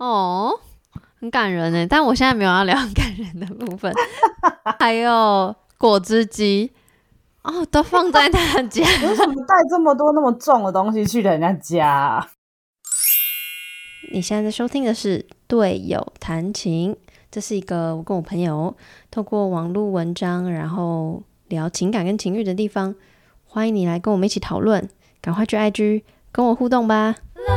哦，很感人耶，但我现在没有要聊很感人的部分。还有果汁机哦，都放在他家。 为什么带这么多那么重的东西去人家家啊？ 你现在在收听的是队友谈情，这是一个我跟我朋友透过网络文章，然后聊情感跟情欲的地方。欢迎你来跟我们一起讨论，赶快去 IG 跟我互动吧。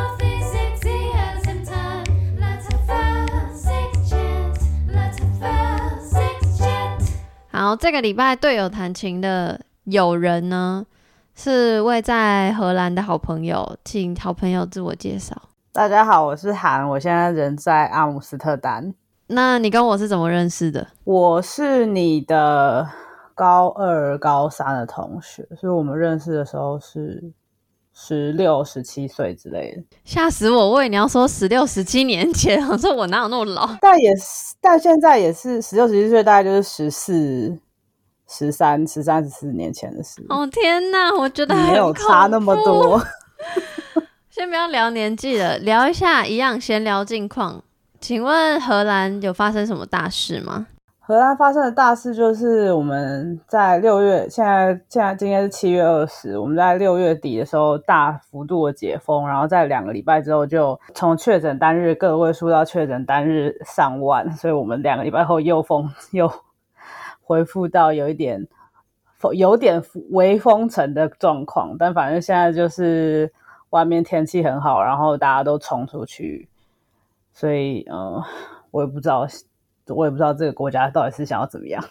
好，这个礼拜队友谈情的友人呢，是位在荷兰的好朋友，请好朋友自我介绍。 大家好，我是韩，我现在人在阿姆斯特丹。 那你跟我是怎么认识的？ 我是你的高二、高三的同学，所以我们认识的时候是16、17岁之类的。 吓死我！我以为你要说16、17年前，我说我哪有那么老？ 但现在也是16、17岁，大概就是13、14年前的事。 哦天哪，我觉得很没有差那么多。 先不要聊年纪了，聊一下一样闲聊近况。请问荷兰有发生什么大事吗？ 荷兰发生的大事就是我们在6月，现在今天是7月20，我们在6月底的时候大幅度的解封，然后在2个礼拜之后就从确诊单日个位数到确诊单日上万，所以我们2个礼拜后又恢复到有点微封城的状况，但反正现在就是外面天气很好，然后大家都冲出去，所以我也不知道这个国家到底是想要怎么样。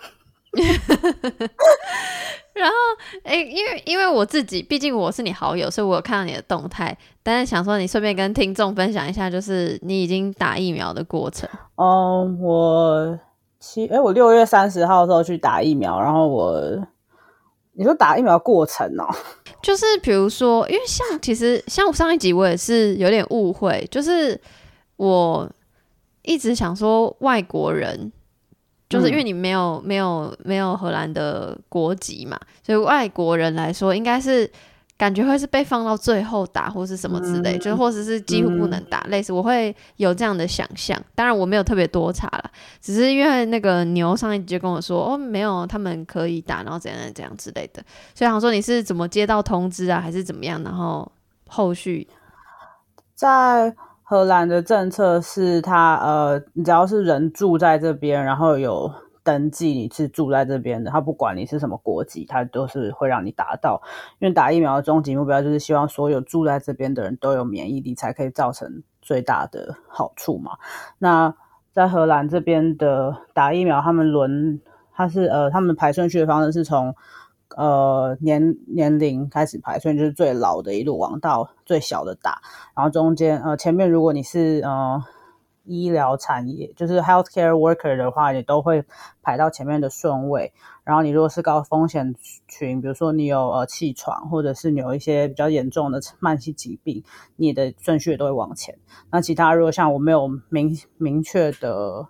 然后，因为我自己，毕竟我是你好友，所以我有看到你的动态，但是想说你顺便跟听众分享一下，就是你已经打疫苗的过程。 我6月30号的时候去打疫苗，然后你说打疫苗过程哦？ 就是比如说，因为其实像上一集我也是有点误会，就是我一直想说外国人，就是因为你没有荷兰的国籍嘛，所以外国人来说应该是感觉会是被放到最后打或是什么之类，就是或者是几乎不能打，类似我会有这样的想象。当然我没有特别多查啦，只是因为那个牛上一集就跟我说没有，他们可以打，然后怎样之类的，所以想说你是怎么接到通知啊，还是怎么样，然后后续在荷兰的政策是你只要是人住在这边，然后有登记你是住在这边的，他不管你是什么国籍，他都是会让你打到。因为打疫苗的终极目标就是希望所有住在这边的人都有免疫力，才可以造成最大的好处嘛。那在荷兰这边的打疫苗，他们排顺序的方式是从年龄开始排，所以就是最老的一路往到最小的打，然后中间前面如果你是医疗产业，就是 healthcare worker 的话，你都会排到前面的顺位。然后你如果是高风险群，比如说你有气喘，或者是你有一些比较严重的慢性疾病，你的顺序都会往前。那其他如果像我没有明确的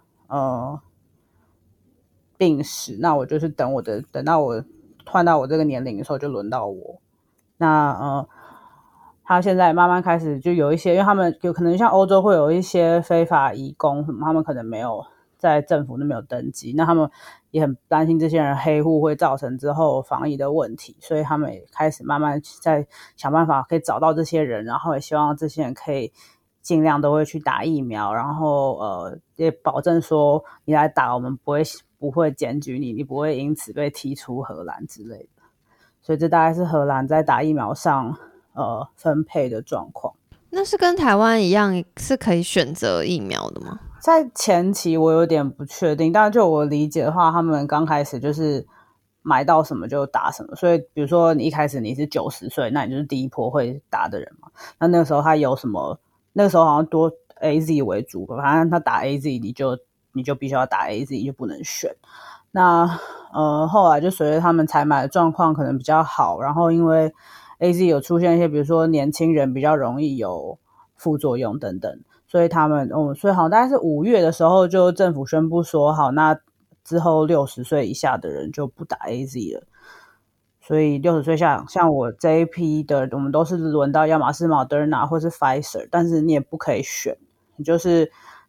病史，那我就是等到我换到我这个年龄的时候就轮到我。那他现在慢慢开始就有一些，因为他们有可能像欧洲会有一些非法移工什么，他们可能没有在政府那边有登记，那他们也很担心这些人黑户会造成之后防疫的问题，所以他们也开始慢慢在想办法可以找到这些人，然后也希望这些人可以尽量都会去打疫苗，然后也保证说你来打我们不会检举你不会因此被踢出荷兰之类的。所以这大概是荷兰在打疫苗上分配的状况。 那是跟台湾一样是可以选择疫苗的吗？ 在前期我有点不确定，但就我理解的话，他们刚开始就是买到什么就打什么，所以比如说你一开始你是90岁，那你就是第一波会打的人嘛。那个时候他有什么，那个时候好像多 AZ 为主，反正他打 AZ 你就必须要打 AZ， 就不能选。那后来就随着他们采买的状况可能比较好，然后因为 AZ 有出现一些比如说年轻人比较容易有副作用等等，所以所以好像大概是5月的时候就政府宣布说好，那之后60岁以下的人就不打 AZ 了。所以60岁像我这一批的，我们都是轮到要么是 Moderna 或是 Pfizer， 但是你也不可以选，你就是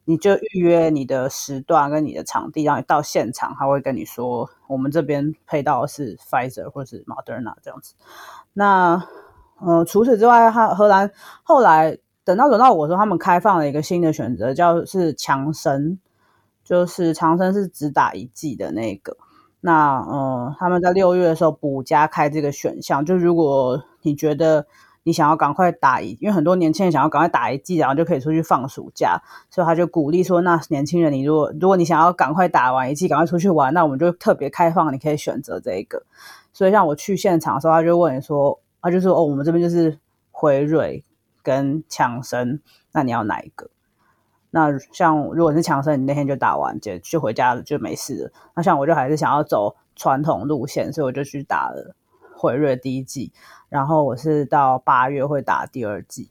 你就预约你的时段跟你的场地，然后你到现场他会跟你说我们这边配到的是 Pfizer 或是 Moderna 这样子。那除此之外，荷兰后来轮到我的时候，他们开放了一个新的选择，是强生，就是强生是只打1剂的那个。那他们在6月的时候补加开这个选项，就如果你觉得你想要赶快打因为很多年轻人想要赶快打1剂，然后就可以出去放暑假，所以他就鼓励说，那年轻人你如果你想要赶快打完1剂赶快出去玩，那我们就特别开放你可以选择这个。所以像我去现场的时候，他就问你说，他就说我们这边就是辉瑞跟强生，那你要哪一个？那像如果是强生，你那天就打完就回家了，就没事了。那像我就还是想要走传统路线，所以我就去打了辉瑞第1剂，然后我是到8月会打第2剂。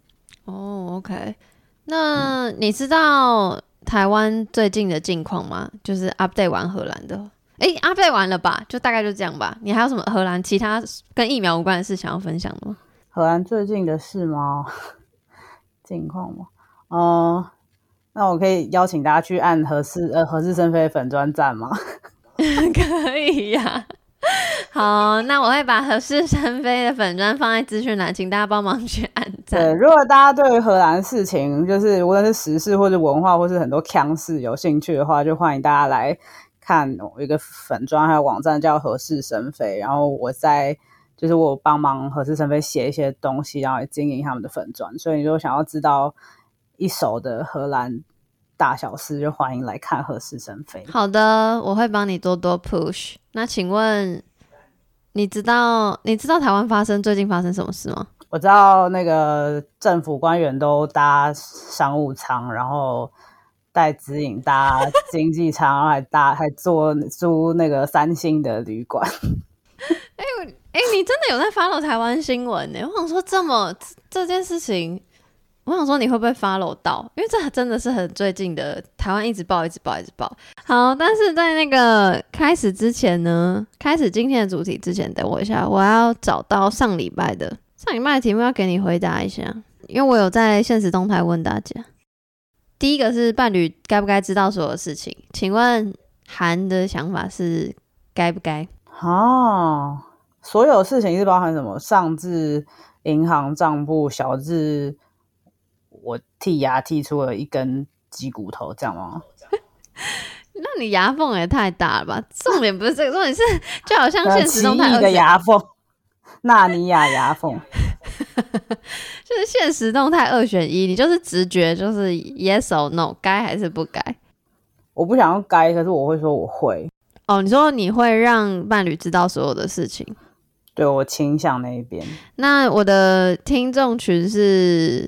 OK。那你知道台湾最近的近况吗？就是 update 完荷兰的。update 完了吧？就大概就这样吧。你还有什么荷兰其他跟疫苗无关的事想要分享的吗？ 荷兰最近的事吗？近况吗？那我可以邀请大家去按核适生非粉专站吗？ 可以呀。好，那我会把核适生非的粉专放在资讯栏，请大家帮忙去按赞。 对，如果大家对荷兰事情，就是无论是时事或者文化或是很多腔事有兴趣的话，就欢迎大家来看我一个粉专还有网站叫核适生非，然后我有帮忙核适生非写一些东西，然后也经营他们的粉专，所以你如果想要知道一手的荷兰大小事，就欢迎来看核适生非。 好的，我会帮你多多 push。那请问你知道台湾最近发生什么事吗？ 我知道那个政府官员都搭商务舱，然后带指引搭经济舱，还租那个3星的旅馆。 你真的有在 follow 台湾新闻呢？我想说这件事情，我想说你会不会 follow 到？因为这真的是很最近的，台湾一直报。好，但是在那个开始之前呢，开始今天的主题之前，等我一下，我要找到上礼拜的题目要给你回答一下，因为我有在现实动态问大家。第一个是伴侣该不该知道所有事情？请问韩的想法是该不该？ 所有事情是包含什么？上至银行账簿，小至我剔牙剔出了一根鸡骨头，这样吗？ 那你牙缝也太大了吧？重点不是这个，重点是就好像现实动态奇异的牙缝，纳尼亚牙缝， 就是现实动态2选1，你就是直觉就是 yes or no， 该还是不该？ 我不想用该，可是我会说我会。 你说你会让伴侣知道所有的事情？ 对，我倾向那一边。 那我的听众群是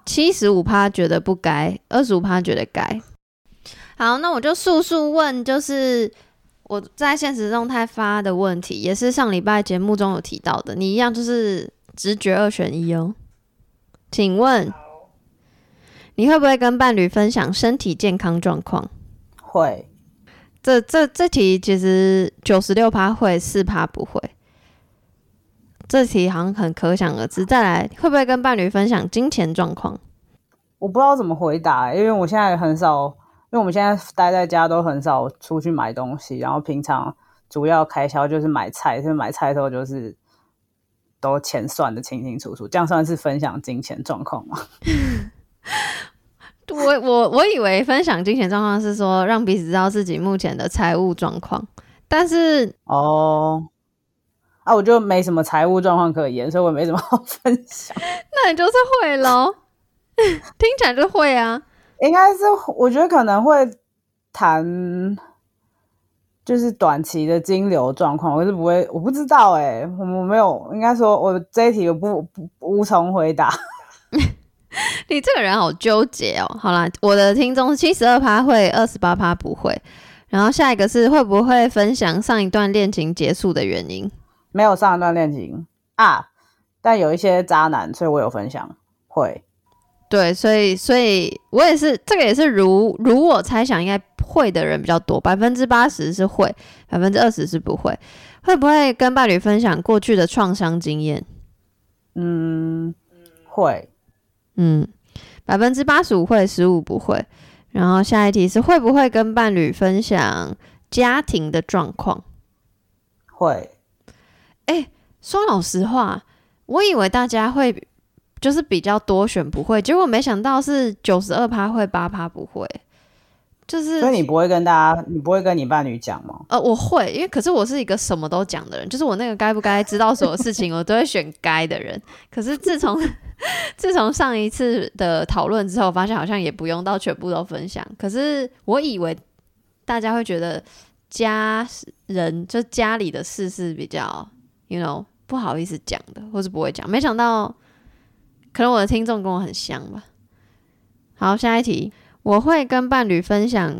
75%觉得不该，25%觉得该。好，那我就速问，就是我在现实动态发的问题，也是上礼拜节目中有提到的，你一样就是直觉2选1哦。请问你会不会跟伴侣分享身体健康状况？ 会。 这题其实96%会，4%不会。这题好像很可想而知。再来，会不会跟伴侣分享金钱状况？ 我不知道怎么回答，因为我现在很少，因为我们现在待在家都很少出去买东西，然后平常主要开销就是买菜，所以买菜的时候就是都钱算得清清楚楚，这样算是分享金钱状况吗？ 我以为分享金钱状况是说让彼此知道自己目前的财务状况，但是我就没什么财务状况可言，所以我没什么好分享。 那你就是会咯。听起来就会啊。 应该是我觉得可能会谈就是短期的金流状况，可是不会，我不知道我没有，应该说我这一题我无从回答。 你这个人好纠结哦。好啦，我的听众72%会，28%不会。然后下一个是会不会分享上一段恋情结束的原因？ 没有上一段恋情啊，但有一些渣男，所以我有分享。会。 对，所以我也是，这个也是如我猜想，应该会的人比较多，80%是会，20%是不会。会不会跟伴侣分享过去的创伤经验？ 会。 85%会，15%不会。 然后下一题是会不会跟伴侣分享家庭的状况？ 会。 说老实话，我以为大家会就是比较多选不会，结果没想到是92%会，8%不会。就是所以你不会跟你伴侣讲吗？ 我会，因为可是我是一个什么都讲的人，就是我那个该不该知道所有事情，我都会选该的人。可是自从上一次的讨论之后，发现好像也不用到全部都分享。可是我以为大家会觉得家人就家里的事是比较不好意思讲的，或是不会讲。没想到可能我的听众跟我很像吧。好，下一题，我会跟伴侣分享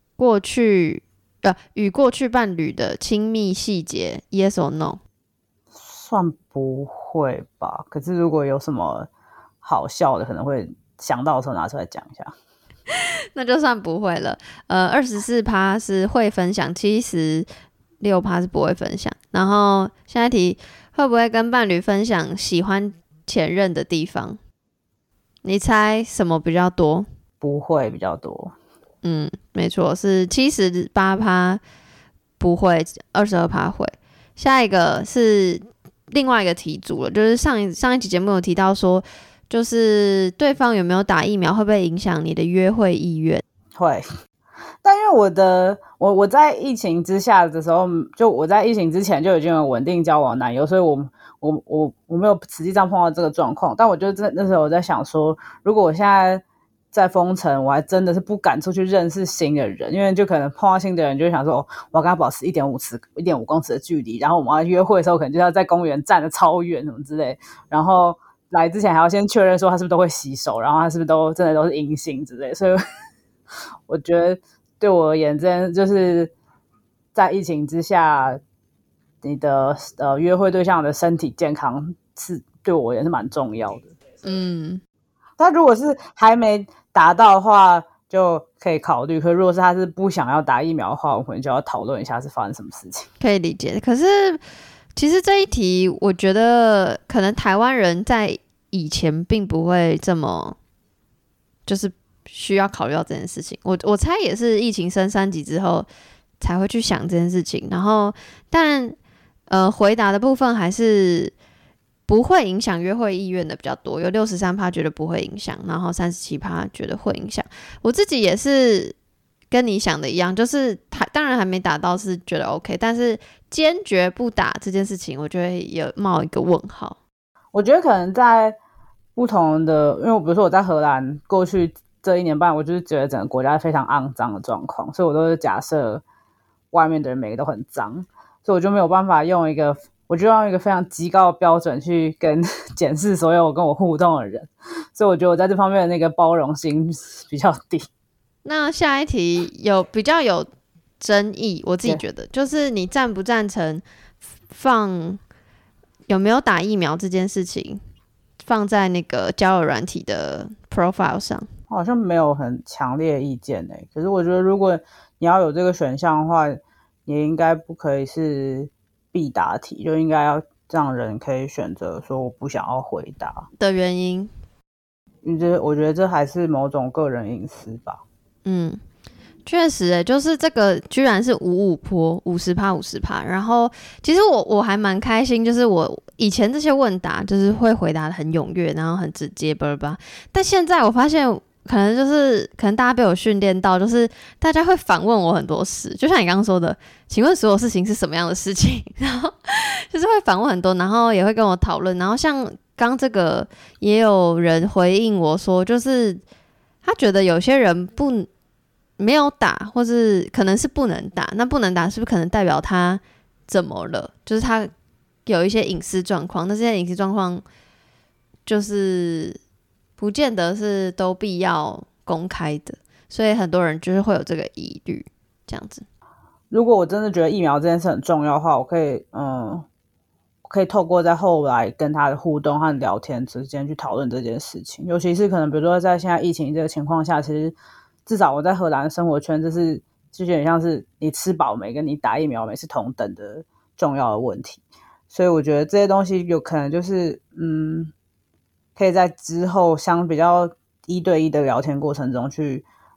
与过去伴侣的亲密细节 ，yes or no？ 算不会吧。可是如果有什么好笑的，可能会想到的时候拿出来讲一下。 那就算不会了。24%是会分享，76%是不会分享。然后下一题，会不会跟伴侣分享喜欢前任的地方？你猜什么比较多？ 不会比较多。 没错，是78%不会，22%会。下一个是另外一个题组了，就是上一集节目有提到说，就是对方有没有打疫苗会不会影响你的约会意愿？ 会。但因为我在疫情之下的时候，就我在疫情之前就已经有稳定交往男友，所以我没有实际上碰到这个状况。但我就那时候我在想说，如果我现在在封城，我还真的是不敢出去认识新的人，因为就可能碰到新的人就会想说，我要跟他保持1.5公尺的距离，然后我们要约会的时候可能就要在公园站得超远什么之类，然后来之前还要先确认说他是不是都会洗手，然后他是不是都真的都是阴性之类，所以我觉得对我而言，真就是在疫情之下，你的约会对象的身体健康是对我也是蛮重要的。但如果是还没达到的话，就可以考虑。可如果是他是不想要打疫苗的话，我可能就要讨论一下是发生什么事情。 可以理解。可是其实这一题，我觉得可能台湾人在以前并不会这么就是需要考虑到这件事情。我猜也是疫情升3级之后才会去想这件事情。然后，但回答的部分还是不会影响约会意愿的比较多，有63%觉得不会影响，然后37%觉得会影响。我自己也是跟你想的一样，就是当然还没打到是觉得 OK， 但是坚决不打这件事情，我就会有冒一个问号。 我觉得可能在不同的，因为比如说我在荷兰过去这1年半，我就是觉得整个国家非常肮脏的状况，所以我都是假设外面的人每个都很脏，所以我就没有办法用一个非常极高的标准去检视所有跟我互动的人，所以我觉得我在这方面的那个包容性比较低。 那下一题比较有争议，我自己觉得就是你赞不赞成有没有打疫苗这件事情放在那个交友软体的 profile 上？ 好像没有很强烈的意见欸，可是我觉得如果你要有这个选项的话，也应该不可以是必答题，就应该要让人可以选择说我不想要回答的原因。 我觉得这还是某种个人隐私吧。 确实就是这个居然是50%、50%。然后其实我还蛮开心，就是我以前这些问答就是会回答的很踊跃，然后很直接吧，但现在我发现可能大家被我训练到，就是大家会反问我很多事，就像你刚刚说的，请问所有事情是什么样的事情？然后就是会反问很多，然后也会跟我讨论。然后像刚这个也有人回应我说，就是他觉得有些人没有打，或是可能是不能打，那不能打是不是可能代表他怎么了？就是他有一些隐私状况，那这些隐私状况就是不见得是都必要公开的，所以很多人就是会有这个疑虑，这样子。 如果我真的觉得疫苗这件事很重要的话，我可以透过在后来跟他的互动和聊天之间去讨论这件事情，尤其是可能比如说在现在疫情这个情况下，其实至少我在荷兰的生活圈，就有点像是你吃饱没跟你打疫苗没是同等的重要的问题，所以我觉得这些东西有可能就是可以在之后比较1对1的聊天过程中去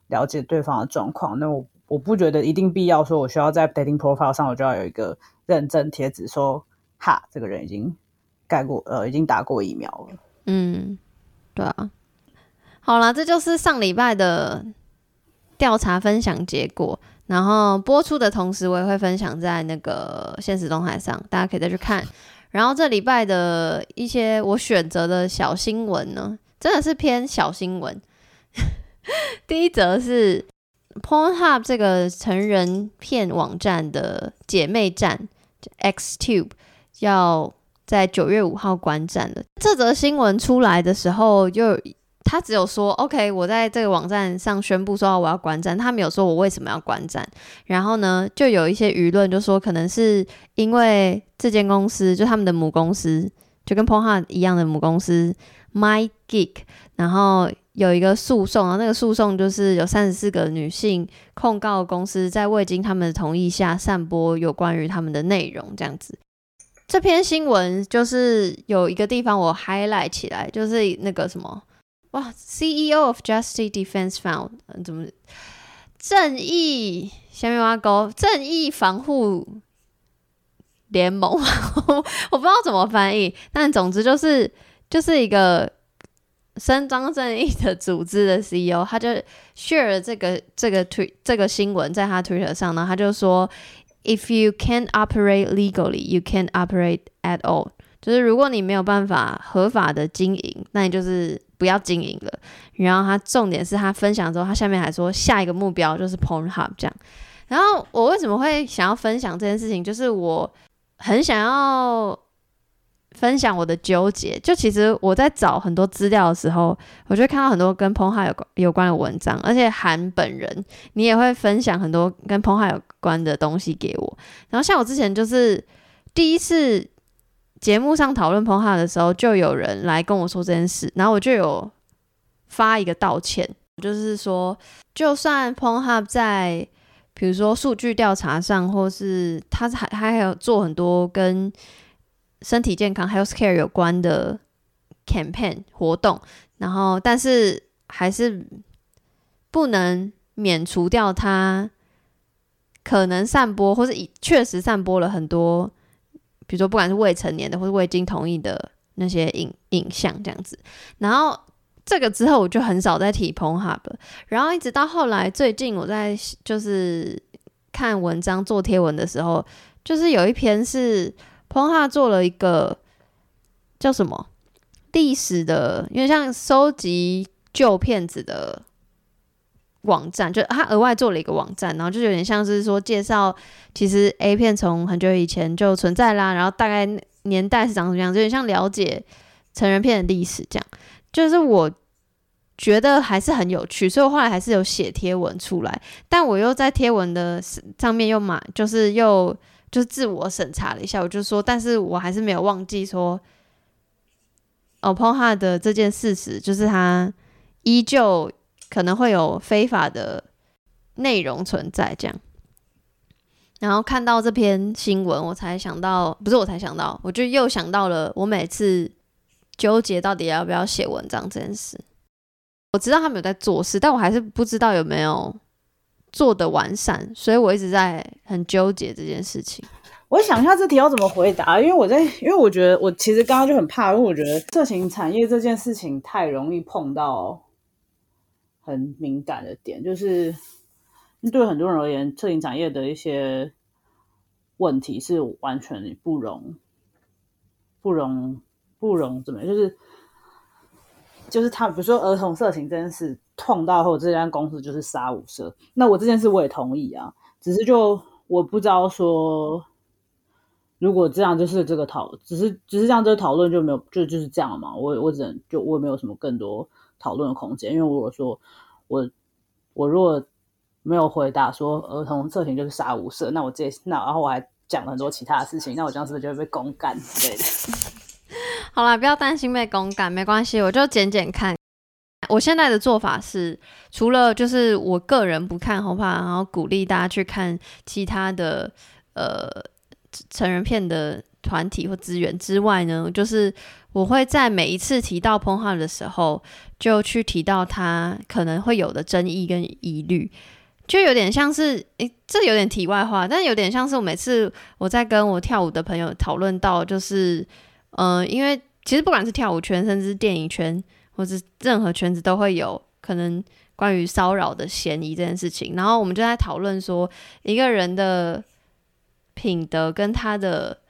了解对方的状况。那我不觉得一定必要说我需要在 dating profile 上我就要有一个认证贴纸说哈这个人已经已经打过疫苗了。 对啊。好啦，这就是上礼拜的调查分享结果，然后播出的同时我也会分享在那个限时动态上，大家可以再去看。然后这礼拜的一些我选择的小新闻呢，真的是偏小新闻。第一则是 Pornhub 这个成人片网站的姐妹站 Xtube 要在9月5号关站了。这则新闻出来的时候他只有说 OK 我在这个网站上宣布说我要关站，他没有说我为什么要关站。然后呢就有一些舆论就说可能是因为这间公司就他们的母公司就跟 Pornhub 一样的母公司 MyGeek， 然后有一个诉讼，然后那个诉讼就是有34个女性控告公司在未经他们的同意下散播有关于他们的内容这样子。这篇新闻就是有一个地方我 highlight 起来，就是那个什么哇 CEO of Justice Defense Fund 怎么正义下面挖勾正义防护联盟我不知道怎么翻译，但总之就是一个伸张正义的组织的 CEO， 他就 share 了这个新闻在他 Twitter 上，然后他就说 If you can't operate legally, you can't operate at all， 就是如果你没有办法合法的经营，那你就是不要经营了。然后他重点是他分享之后，他下面还说下一个目标就是 Pornhub 这样。然后我为什么会想要分享这件事情，就是我很想要分享我的纠结。就其实我在找很多资料的时候，我就会看到很多跟 Pornhub 有关的文章，而且韩本人你也会分享很多跟 Pornhub 有关的东西给我。然后像我之前就是第一次节目上讨论 Pornhub 的时候，就有人来跟我说这件事，然后我就有发一个道歉，就是说就算 Pornhub 在比如说数据调查上，或是他还有做很多跟身体健康 healthcare 有关的 campaign 活动，然后但是还是不能免除掉他可能散播或是确实散播了很多比如说不管是未成年的或是未经同意的那些影像这样子。然后这个之后我就很少再提 Pornhub， 然后一直到后来最近我在就是看文章做贴文的时候，就是有一篇是 Pornhub 做了一个叫什么历史的，因为像收集旧片子的网站，就他额外做了一个网站，然后就有点像是说介绍其实 A 片从很久以前就存在啦，然后大概年代是长什么样子，有点像了解成人片的历史这样。就是我觉得还是很有趣，所以我后来还是有写贴文出来，但我又在贴文的上面就是自我审查了一下，我就说但是我还是没有忘记说Pornhub 的这件事实，就是它依旧可能会有非法的内容存在这样。然后看到这篇新闻我就又想到了我每次纠结到底要不要写文章这件事。我知道他们有在做事，但我还是不知道有没有做得完善，所以我一直在很纠结这件事情。 我想一下这题要怎么回答，因为我觉得我其实刚刚就很怕，因为我觉得色情产业这件事情太容易碰到很敏感的点，就是对很多人而言，色情产业的一些问题是完全不容怎么样，就是他比如说儿童色情这件事痛到后，这家公司就是杀无赦。那我这件事我也同意啊，只是就我不知道说，如果这样就是这个只是这样这个讨论就没有就是这样嘛。我只能我也没有什么更多讨论的空间，因为如果说我如果没有回答说儿童色情就是杀无赦，那然后我还讲了很多其他的事情，那我这样是不是就会被公干之类的？ 好啦，不要担心被公干，没关系，我就剪看。我现在的做法是，除了就是我个人不看Pornhub，然后鼓励大家去看其他的成人片的团体或资源之外呢，就是我会在每一次提到 Pornhub 的时候，就去提到它可能会有的争议跟疑虑，就有点像是，这有点题外话，但有点像是我每次我在跟我跳舞的朋友讨论到，就是因为其实不管是跳舞圈，甚至电影圈，或是任何圈子都会有可能关于骚扰的嫌疑这件事情，然后我们就在讨论说，一个人的品德跟他的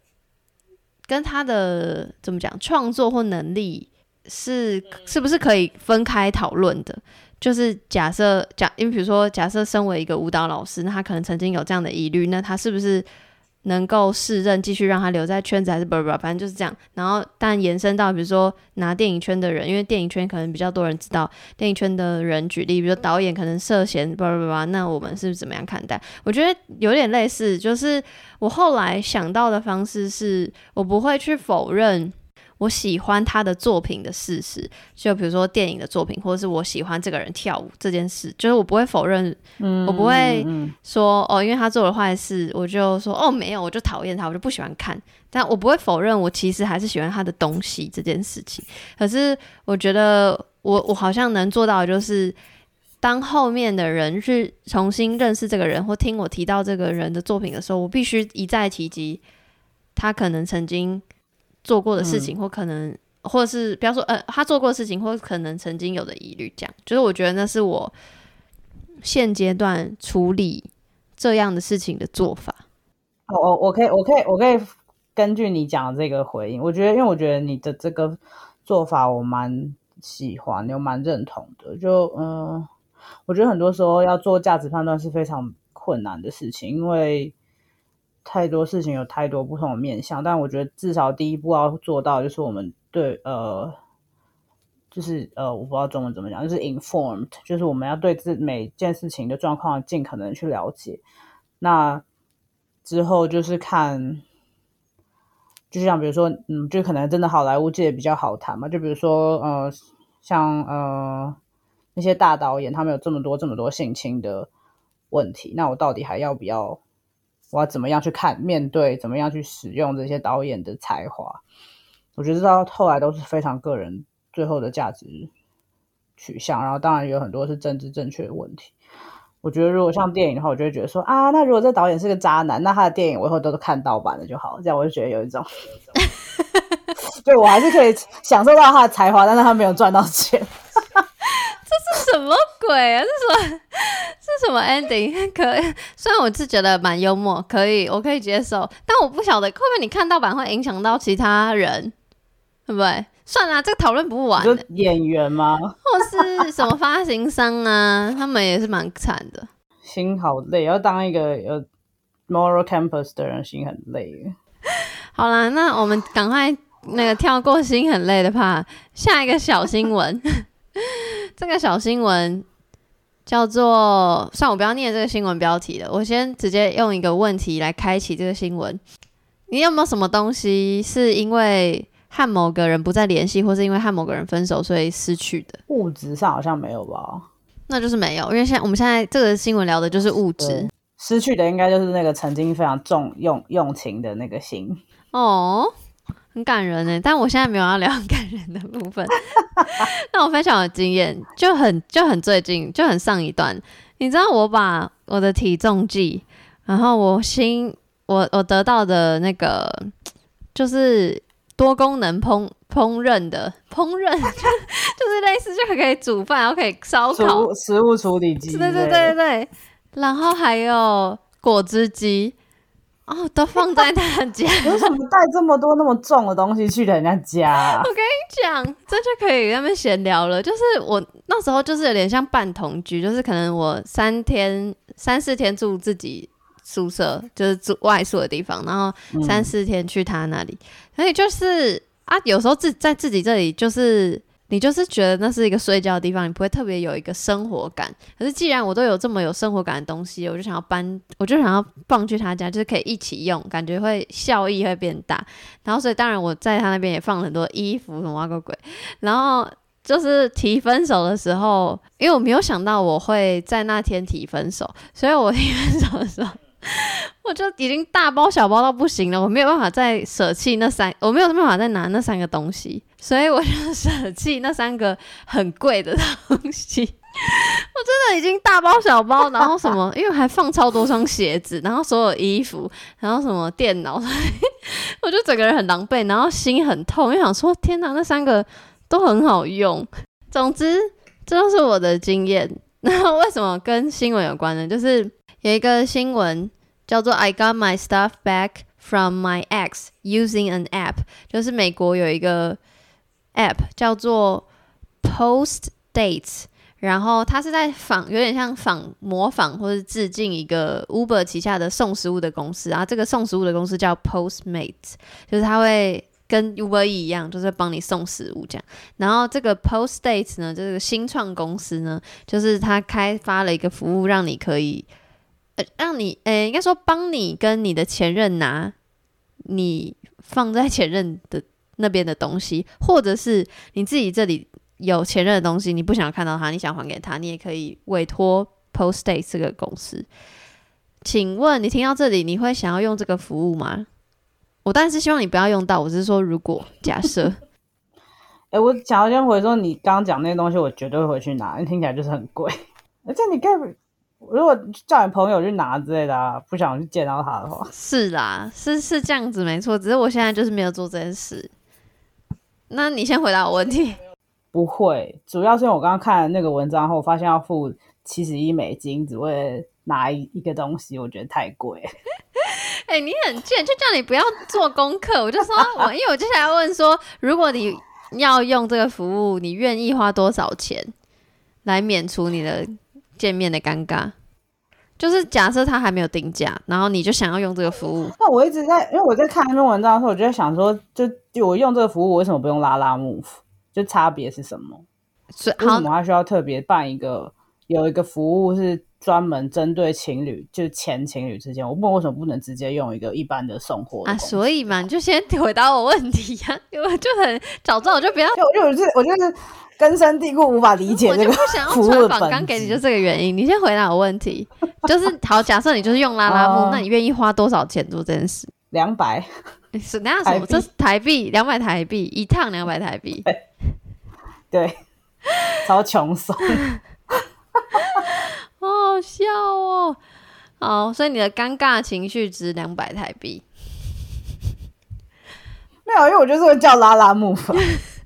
怎么讲创作或能力是不是可以分开讨论的？就是因为比如说假设身为一个舞蹈老师，那他可能曾经有这样的疑虑，那他是不是能够适任继续让他留在圈子，还是反正就是这样。然后但延伸到比如说拿电影圈的人，因为电影圈可能比较多人知道，电影圈的人举例，比如说导演可能涉嫌那我们是怎么样看待？我觉得有点类似，就是我后来想到的方式是，我不会去否认我喜欢他的作品的事实，就比如说电影的作品，或者是我喜欢这个人跳舞这件事，就是我不会否认，我不会说因为他做了坏事，我就说没有，我就讨厌他，我就不喜欢看。但我不会否认我其实还是喜欢他的东西这件事情。可是我觉得我好像能做到的就是，当后面的人去重新认识这个人，或听我提到这个人的作品的时候，我必须一再提及他可能曾经做过的事情，或可能或者是不要说他做过的事情，或可能曾经有的疑虑，这样就是我觉得那是我现阶段处理这样的事情的做法。 我可以根据你讲的这个回应，因为我觉得你的这个做法我蛮喜欢，又蛮认同的。就我觉得很多时候要做价值判断是非常困难的事情，因为太多事情有太多不同的面向，但我觉得至少第一步要做到就是我们对就是我不知道中文怎么讲，就是 informed， 就是我们要对每件事情的状况尽可能去了解。那之后就是看，就像比如说就可能真的好莱坞界比较好谈嘛，就比如说像那些大导演他们有这么多性侵的问题，那我到底还要不要，我要怎么样去面对，怎么样去使用这些导演的才华？我觉得到后来都是非常个人最后的价值取向，然后当然有很多是政治正确的问题。我觉得如果像电影的话，我就会觉得说那如果这导演是个渣男，那他的电影我以后都是看盗版的就好，这样我就觉得有一种就我还是可以享受到他的才华，但是他没有赚到钱这是什么鬼啊？是什么 ending？ 可以，虽然我是觉得蛮幽默，我可以接受，但我不晓得会不会你看盗版会影响到其他人，对不对？算啦，这个讨论不完。 就演员吗？ 或是什么发行商啊，他们也是蛮惨的。 心好累，要当一个有 moral campus 的人，心很累。 好啦，那我们赶快跳过心很累的part，下一个小新闻。这个小新闻叫做，算我不要念这个新闻标题了，我先直接用一个问题来开启这个新闻。你有没有什么东西是因为和某个人不再联系，或是因为和某个人分手所以失去的？ 物质上好像没有吧？ 那就是没有，因为我们现在这个新闻聊的就是物质， 失去的应该就是那个曾经非常用情的那个心。 很感人耶，但我现在没有要聊很感人的部分。那我分享我的经验，就很最近，就很上一段。你知道我把我的体重计，然后我得到的那个就是多功能烹饪，就是类似就可以煮饭，然后可以烧烤， 食物处理机， 对，然后还有果汁机。都放在他家。 为什么带这么多那么重的东西去人家家我跟你讲，这就可以在那边闲聊了。就是我那时候就是有点像半同居，就是可能我3、4天住自己宿舍，就是住外宿的地方，然后3、4天去他那里。所以就是有时候在自己这里，就是你就是觉得那是一个睡觉的地方，你不会特别有一个生活感。可是既然我都有这么有生活感的东西，我就想要放去他家，就是可以一起用，感觉会效益会变大。然后所以当然我在他那边也放了很多衣服什么鬼。然后就是提分手的时候，因为我没有想到我会在那天提分手，所以我提分手的时候我就已经大包小包到不行了，我没有办法再舍弃我没有办法再拿那3个东西，所以我就舍弃那3个很贵的东西。我真的已经大包小包，然后什么，因为还放超多双鞋子，然后所有衣服，然后什么电脑，我就整个人很狼狈，然后心很痛，因为想说天哪，那3个都很好用。总之，这都是我的经验。然后为什么跟新闻有关呢？就是有一个新闻叫做 I got my stuff back from my ex using an app， 就是美国有一个 app 叫做 Postdates， 然后它是在有点像模仿或是致敬一个 Uber 旗下的送食物的公司啊，这个送食物的公司叫 Postmates， 就是它会跟 Uber Eats 一样，就是帮你送食物这样。然后这个 Postdates 呢，这个新创公司呢，就是它开发了一个服务，让你可以让你应该说帮你跟你的前任拿你放在前任的那边的东西，或者是你自己这里有前任的东西，你不想看到他，你想还给他，你也可以委托 Postdates 这个公司。请问你听到这里，你会想要用这个服务吗？我当然是希望你不要用到，我是说如果假设我想要先回说你刚刚讲那些东西，我绝对会回去拿，因为听起来就是很贵，而且你可以如果叫你朋友去拿之类的啊，不想去见到他的话， 是啦，是这样子没错，只是我现在就是没有做这件事。那你先回答我问题。 不会，主要是因为我刚刚看了那个文章后，我发现要付$71只为了拿一个东西，我觉得太贵。 你很贱，就叫你不要做功课。我就说因为我接下来问说，如果你要用这个服务，你愿意花多少钱来免除你的见面的尴尬？就是假设他还没有定价，然后你就想要用这个服务。 那我一直在，因为我在看那篇文章的时候，我就在想说，就我用这个服务，我为什么不用拉拉 move？ 就差别是什么？为什么他需要特别办有一个服务是专门针对情侣，就是前情侣之间？我为什么不能直接用一个一般的送货的所以嘛，你就先回答我问题啊！我就很早知道我就不要， 我就是根深蒂固无法理解这个服务的本质。我就不想要传访纲给你，就这个原因。你先回答我问题，就是好，假设你就是用拉拉木，那你愿意花多少钱做这件事 ？200。 是那什么？这是台币200台币一趟200台币。 对，超穷酸。 好好笑哦！好，所以你的尴尬情绪值200台币。 没有，因为我就是会叫拉拉木法。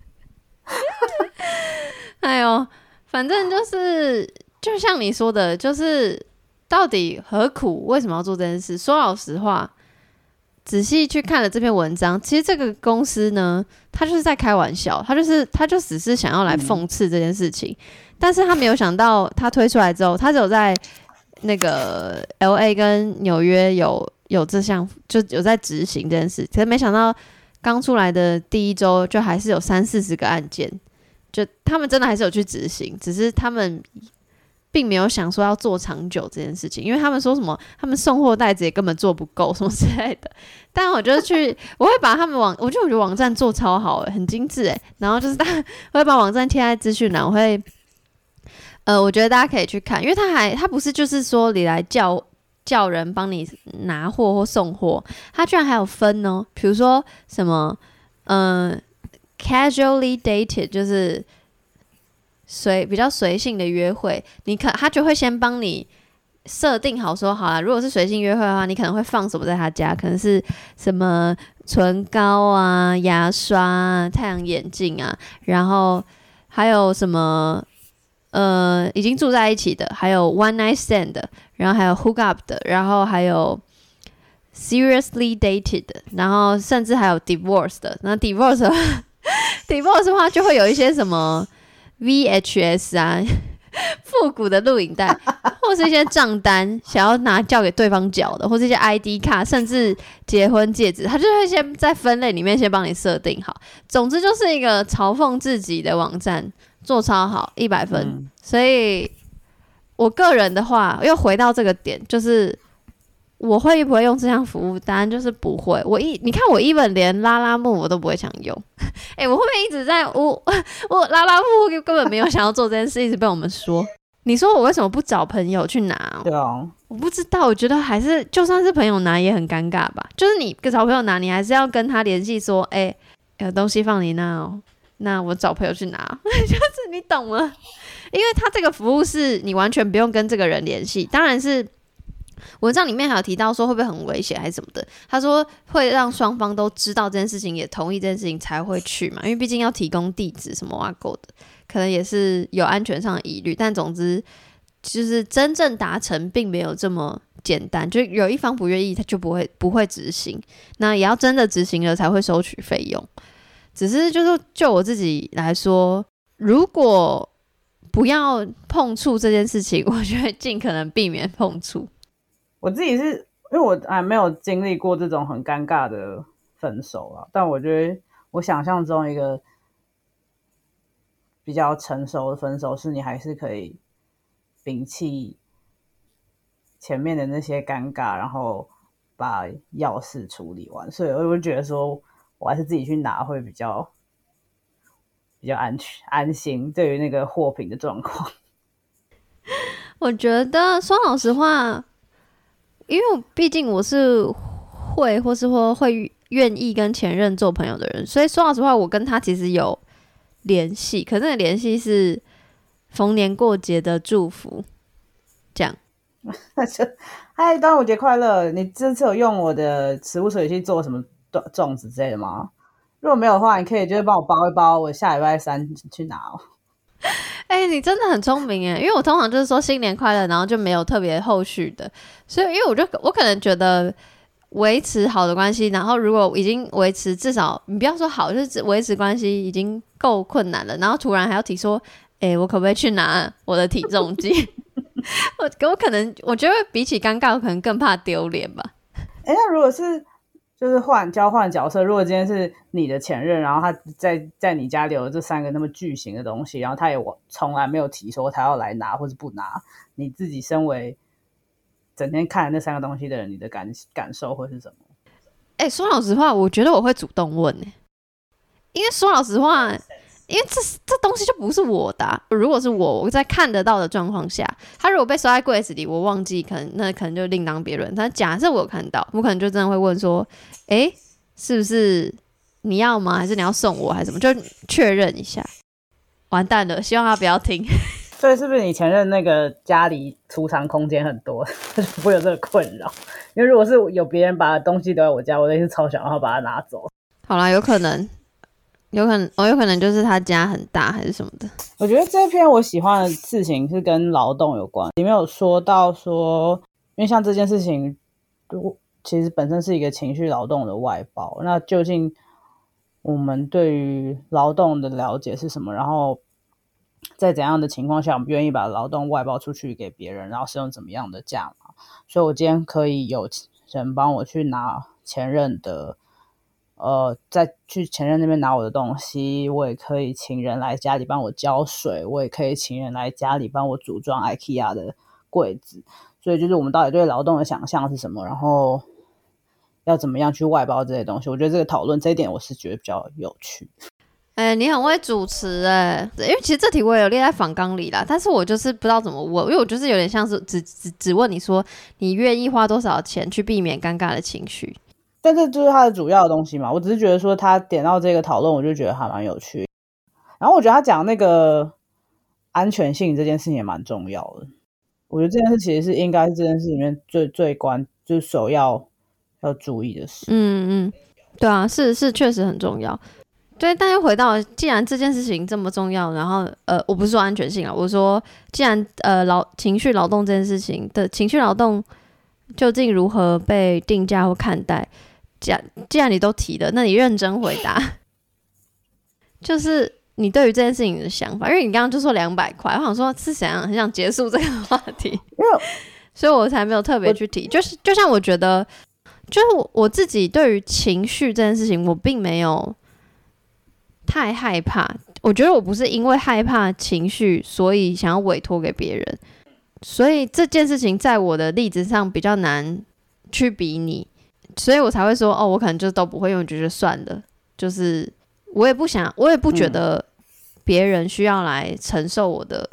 哎呦，反正就像你说的，就是到底何苦？为什么要做这件事？说老实话，仔细去看了这篇文章，其实这个公司呢，他就是在开玩笑，他就只是想要来讽刺这件事情，但是他没有想到，他推出来之后，他只有在那个 LA 跟纽约有这项，就有在执行这件事，可是没想到刚出来的第一周就还是有30-40个案件，就他们真的还是有去执行，只是他们并没有想说要做长久这件事情，因为他们说什么他们送货袋子也根本做不够什么之类的。但我就我会把他们我觉得网站做超好很精致然后就是我会把网站贴在资讯栏，我觉得大家可以去看，因为他不是就是说你来叫人帮你拿货或送货，他居然还有分哦，比如说什么casually dated 就是比较随性的约会，他就会先帮你设定好说，好啦，如果是随性约会的话，你可能会放什么在他家，可能是什么唇膏啊、牙刷啊、太阳眼镜啊，然后还有什么已经住在一起的，还有 one night stand 的，然后还有 hook up 的，然后还有 seriously dated 的，然后甚至还有 divorce 的。那 divorce 的话就会有一些什么 VHS 啊复古的录影带，或是一些账单想要交给对方缴的，或是一些 ID 卡，甚至结婚戒指，他就会先在分类里面先帮你设定好。总之就是一个嘲讽自己的网站，做超好，100分。所以我个人的话，又回到这个点，就是我会不会用这项服务？答案就是不会。你看我 even 连拉拉木我都不会想用。我会不会一直在我拉拉木根本没有想要做这件事，一直被我们说？ 你说我为什么不找朋友去拿？ 对啊， 我不知道，我觉得还是就算是朋友拿也很尴尬吧。就是你找朋友拿，你还是要跟他联系说，有东西放你那哦，那我找朋友去拿，就是你懂吗？因为他这个服务是你完全不用跟这个人联系，当然是文章里面还有提到说会不会很危险还是什么的，他说会让双方都知道这件事情，也同意这件事情才会去嘛，因为毕竟要提供地址什么挖沟的，可能也是有安全上的疑虑，但总之就是真正达成并没有这么简单，就有一方不愿意他就不会执行，那也要真的执行了才会收取费用。只是就是就我自己来说，如果不要碰触这件事情，我觉得尽可能避免碰触。 我自己是因为我还没有经历过这种很尴尬的分手啊，但我觉得我想象中一个比较成熟的分手是你还是可以摒弃前面的那些尴尬，然后把钥匙处理完，所以我就觉得说我还是自己去拿会比较安心对于那个货品的状况。 我觉得说老实话，因为毕竟我是会或是说会愿意跟前任做朋友的人，所以说老实话，我跟他其实有联系，可是那个联系是逢年过节的祝福，这样。 嗨，端午节快乐！你这次有用我的食物水器做什么粽子之类的吗？如果没有的话，你可以就是帮我包一包，我下礼拜3去拿哦。 你真的很聪明耶，因为我通常就是说新年快乐，然后就没有特别后续的，所以因为我可能觉得维持好的关系，然后如果已经维持至少你不要说好，就是维持关系已经够困难了，然后突然还要提说，我可不可以去拿我的体重计？我可能我觉得比起尴尬，我可能更怕丢脸吧。 那如果是就是交换角色，如果今天是你的前任，然后他在你家里有这3个那么巨型的东西，然后他也从来没有提说他要来拿或是不拿，你自己身为整天看那3个东西的人，你的感受会是什么？ 说老实话，我觉得我会主动问因为说老实话，因为这东西就不是我的如果是我在看得到的状况下，他如果被收在柜子里，我忘记，那可能就另当别论。但假设我有看到，我可能就真的会问说，是不是你要吗？还是你要送我？还是什么？就确认一下。完蛋了，希望他不要听。 所以是不是你前任那个家里储藏空间很多，就不会有这个困扰？因为如果是有别人把东西留在我家，我一定是超想要把它拿走。 好啦，有可能就是他家很大还是什么的。 我觉得这篇我喜欢的事情是跟劳动有关，里面有说到说，因为像这件事情其实本身是一个情绪劳动的外包，那究竟我们对于劳动的了解是什么，然后在怎样的情况下我们愿意把劳动外包出去给别人，然后是用怎么样的价码。所以我今天可以有人帮我去拿前任的再去前任那边拿我的东西，我也可以请人来家里帮我浇水，我也可以请人来家里帮我组装 IKEA 的柜子。所以就是我们到底对劳动的想象是什么，然后要怎么样去外包这些东西，我觉得这个讨论这一点我是觉得比较有趣。 你很会主持因为其实这题我也有列在访纲里啦，但是我就是不知道怎么问，因为我就是有点像是只问你说你愿意花多少钱去避免尴尬的情绪， 但这就是他的主要的东西嘛。我只是觉得说他点到这个讨论，我就觉得还蛮有趣。然后我觉得他讲那个安全性这件事情也蛮重要的。我觉得这件事其实是应该是这件事里面就是首要注意的事。 对啊，是确实很重要。对，但又回到，既然这件事情这么重要，然后我不是说安全性啊，我说既然情绪劳动这件事情的情绪劳动究竟如何被定价或看待，既然你都提了，那你认真回答，就是你对于这件事情的想法，因为你刚刚就说200块，我想说是很想结束这个话题，所以我才没有特别去提。就像我觉得，就是我自己对于情绪这件事情，我并没有太害怕。我觉得我不是因为害怕情绪，所以想要委托给别人，所以这件事情在我的例子上比较难去比拟，所以我才会说我可能就都不会，因为我觉得算了，就是我也不觉得别人需要来承受我的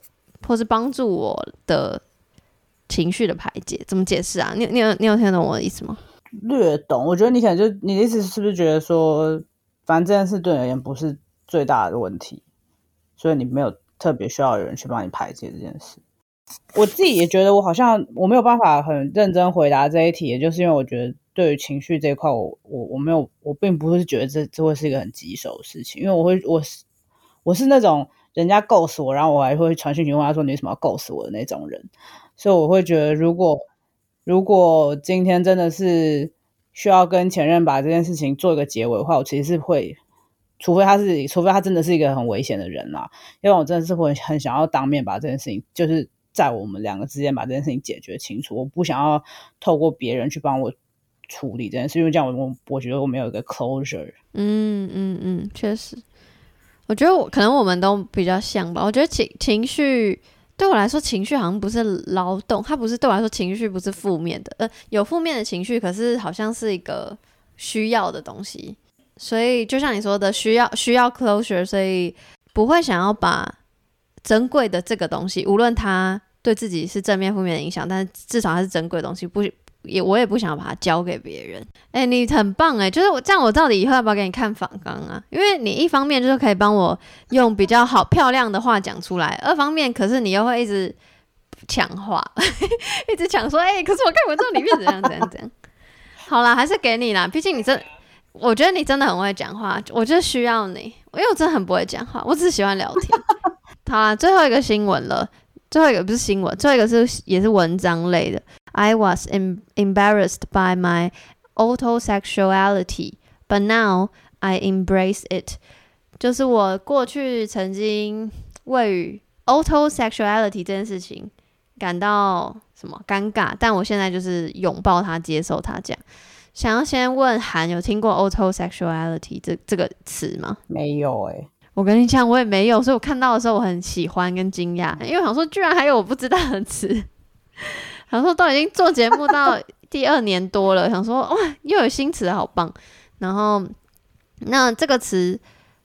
或是帮助我的情绪的排解。怎么解释啊？你有听懂我的意思吗？ 略懂。我觉得你可能就你的意思是不是觉得说，反正这件事对你而言不是最大的问题，所以你没有特别需要有人去帮你排解这件事。我自己也觉得我好像我没有办法很认真回答这一题，也就是因为我觉得对于情绪这一块我并不是觉得这会是一个很棘手的事情，因为我是那种人家 ghost 我，然后我还会传讯息问他说你为什么要 ghost 我的那种人，所以我会觉得如果今天真的是需要跟前任把这件事情做一个结尾的话，我其实是会除非他真的是一个很危险的人啦，要不然我真的是会很想要当面把这件事情就是在我们两个之间把这件事情解决清楚，我不想要透过别人去帮我处理这件事，因为这样我觉得我没有一个 closure。 确实，我觉得可能我们都比较像吧。我觉得情绪对我来说，情绪好像不是劳动，它不是对我来说情绪不是负面的，有负面的情绪，可是好像是一个需要的东西。所以就像你说的，需要 closure， 所以不会想要把珍贵的这个东西，无论它对自己是正面负面的影响，但是至少它是珍贵的东西，我也不想把它交给别人。你很棒就是这样，我到底以后要不要给你看访纲啊？因为你一方面就是可以帮我用比较好漂亮的话讲出来，二方面可是你又会一直强化一直讲说可是我看文章里面怎样好啦，还是给你啦，毕竟我觉得你真的很会讲话，我就需要你，因为我真的很不会讲话，我只是喜欢聊天好啦，最后一个新闻了，最后一个不是新闻，最后一个也是文章类的。I was embarrassed by my autosexuality, but now I embrace it. 就是我过去曾经为 autosexuality 这件事情感到什么尴尬，但我现在就是拥抱它，接受它这样。想要先问韩，有听过 autosexuality 这个词吗？ 没有我跟你讲，我也没有，所以我看到的时候我很喜欢跟惊讶，因为我想说居然还有我不知道的词，想说都已经做节目到第2年多了，想说哇又有新词，好棒。然后那这个词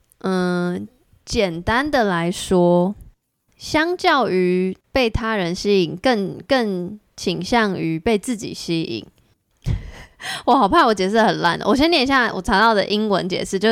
简单的来说，相较于被他人吸引，更倾向于被自己吸引。我好怕我解释很烂，我先念一下我查到的英文解释，就是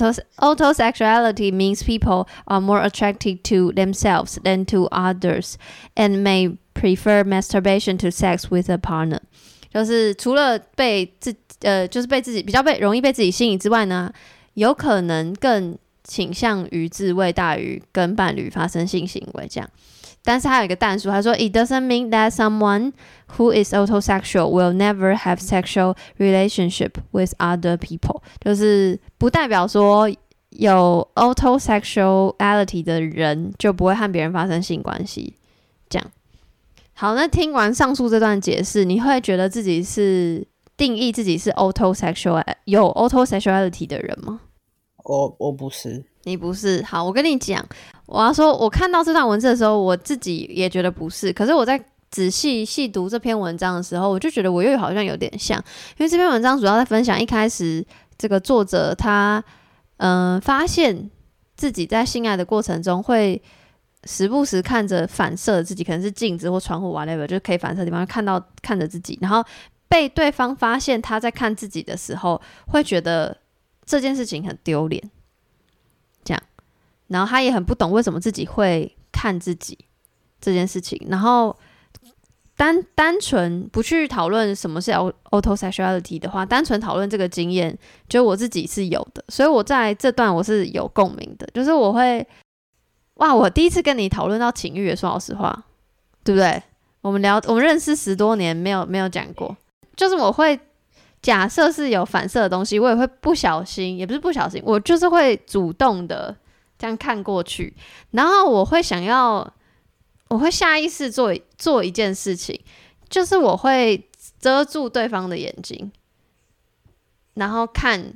autosexuality means people are more attracted to themselves than to others and may prefer masturbation to sex with a partner。 就是除了就是被自己比较容易被自己吸引之外呢，有可能更倾向于自慰大于跟伴侣发生性行为这样。但是还有一个但书，他说 It doesn't mean that someone who is autosexual will never have sexual relationship with other people， 就是不代表说有 autosexuality 的人就不会和别人发生性关系这样。好，那听完上述这段解释，你会觉得自己是定义自己是有 autosexuality 的人吗？ 我不是。 你不是。好，我跟你讲，我要说我看到这段文字的时候，我自己也觉得不是，可是我在仔细细读这篇文章的时候，我就觉得我又好像有点像，因为这篇文章主要在分享一开始这个作者他发现自己在性爱的过程中会时不时看着反射自己，可能是镜子或窗户 whatever， 就是可以反射的地方看着自己，然后被对方发现他在看自己的时候，会觉得这件事情很丢脸这样，然后他也很不懂为什么自己会看自己这件事情，然后单纯不去讨论什么是 autosexuality 的话，单纯讨论这个经验，就我自己是有的，所以我在这段我是有共鸣的，就是我会我第一次跟你讨论到情欲，说老实话，对不对？我们认识10多年，没有讲过，就是我会假设是有反射的东西，我也会不小心，也不是不小心，我就是会主动的这样看过去，然后我会下意识做一件事情，就是我会遮住对方的眼睛，然后看。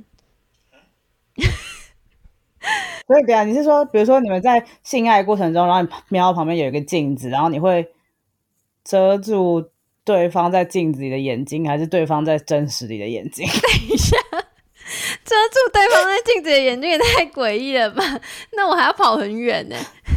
所以你是说，比如说你们在性爱过程中，然后你瞄到旁边有一个镜子，然后你会遮住对方在镜子里的眼睛，还是对方在真实里的眼睛？ 等一下，遮住对方在镜子里的眼睛也太诡异了吧？那我还要跑很远呢。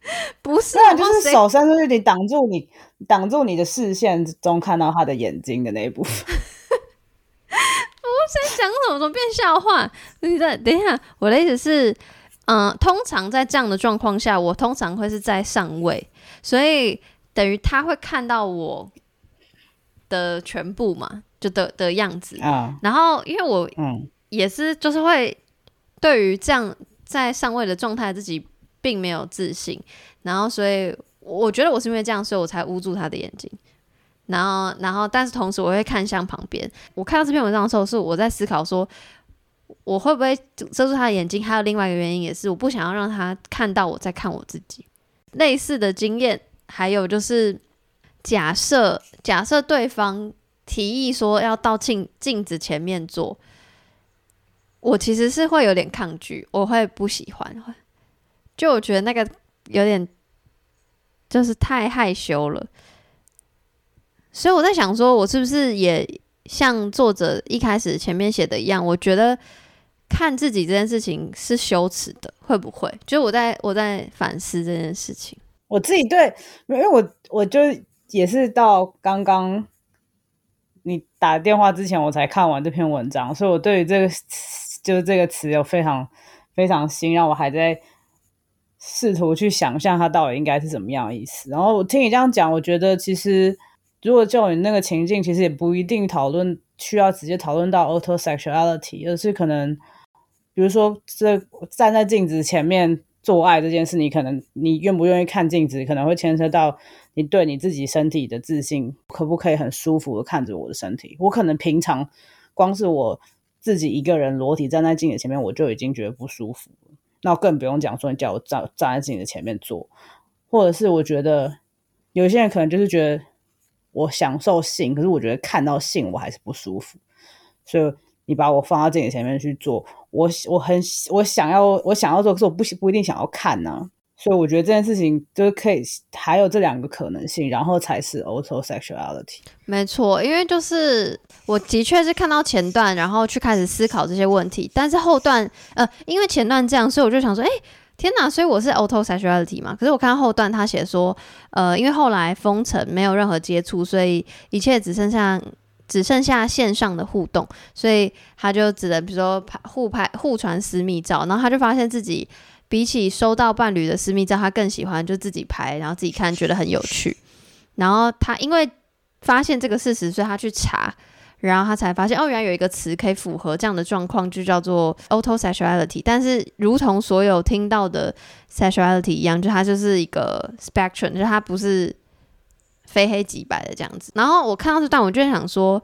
不是， 不然就是手伸出去，你挡住你的视线中看到他的眼睛的那一部分。 我在讲什么？怎么变笑话？等一下，我的意思是，通常在这样的状况下，我通常会是在上位，所以等于他会看到我的全部嘛，就的样子。然后因为我也是就是会对于这样在上位的状态自己并没有自信，然后所以我觉得我是因为这样，所以我才捂住他的眼睛。然后，但是同时我会看向旁边。我看到这篇文章的时候，是我在思考说，我会不会遮住他的眼睛？还有另外一个原因，也是我不想要让他看到我在看我自己。类似的经验，还有就是假设对方提议说要到镜子前面做，我其实是会有点抗拒，我会不喜欢，就我觉得那个有点就是太害羞了。所以我在想说，我是不是也像作者一开始前面写的一样，我觉得看自己这件事情是羞耻的，会不会？就是我在反思这件事情。 我自己对，因为我就也是到刚刚你打电话之前，我才看完这篇文章，所以我对于就是这个词有非常非常新，让我还在试图去想象它到底应该是什么样的意思。然后我听你这样讲，我觉得其实如果就你那个情境，其实也不一定需要直接讨论到 autosexuality， 而是可能比如说站在镜子前面做爱这件事，你愿不愿意看镜子，可能会牵涉到你对你自己身体的自信，可不可以很舒服的看着我的身体。我可能平常光是我自己一个人裸体站在镜子前面，我就已经觉得不舒服了，那我更不用讲说你叫我站在镜子前面做。或者是我觉得有些人可能就是觉得我享受性，可是我觉得看到性我还是不舒服，所以你把我放到镜子前面去做，我想要做，可是我不一定想要看啊。所以我觉得这件事情就是可以还有这两个可能性，然后才是 autosexuality。 没错，因为就是我的确是看到前段，然后去开始思考这些问题，但是后段因为前段这样，所以我就想说天哪，所以我是 autosexuality 嘛？可是我看到后段他写说因为后来封城没有任何接触，所以一切只剩下线上的互动，所以他就只能比如说互传私密照，然后他就发现自己比起收到伴侣的私密照，他更喜欢就自己拍，然后自己看，觉得很有趣。然后他因为发现这个事实，所以他去查，然后他才发现原来有一个词可以符合这样的状况，就叫做 autosexuality。但是如同所有听到的 sexuality 一样，就它就是一个 spectrum， 就是它不是非黑即白的这样子。然后我看到这段，我就想说，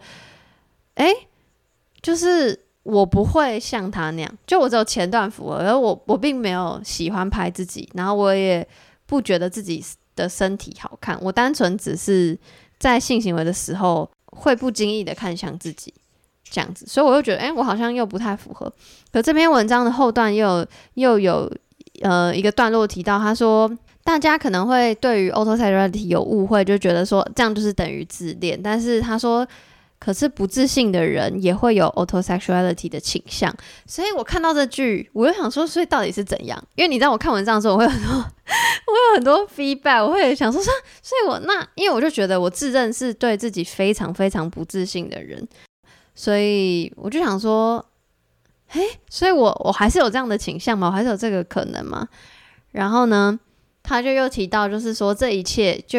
就是我不会像他那样，就我只有前段符合，而我并没有喜欢拍自己，然后我也不觉得自己的身体好看，我单纯只是在性行为的时候会不经意的看向自己这样子，所以我就觉得我好像又不太符合。可这篇文章的后段又有一个段落提到，他说大家可能会对于 autosexuality 有误会，就觉得说这样就是等于自恋，但是他说可是不自信的人也会有 autosexuality 的倾向。所以我看到这句，我就想说，所以到底是怎样？因为你知道我看文章的时候，我会有很多 feedback， 我会想说，所以因为我就觉得我自认是对自己非常非常不自信的人，所以我就想说，所以我还是有这样的倾向吗？我还是有这个可能吗？然后呢，他就又提到，就是说这一切就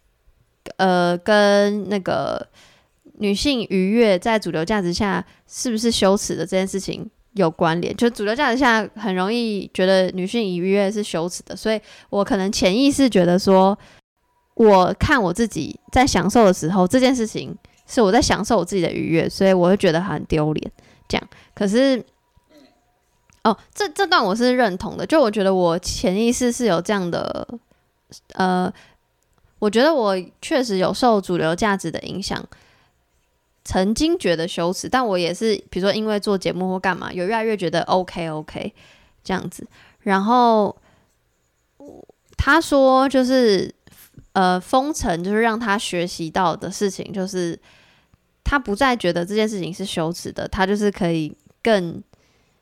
跟那个女性愉悦在主流价值下是不是羞耻的这件事情有关联，就主流价值下很容易觉得女性愉悦是羞耻的，所以我可能潜意识觉得说，我看我自己在享受的时候，这件事情是我在享受我自己的愉悦，所以我会觉得很丢脸这样。可是这段我是认同的，就我觉得我潜意识是有这样的我觉得我确实有受主流价值的影响，曾经觉得羞耻，但我也是比如说因为做节目或干嘛，有越来越觉得 OK 这样子。然后他说就是封城就是让他学习到的事情，就是他不再觉得这件事情是羞耻的，他就是可以更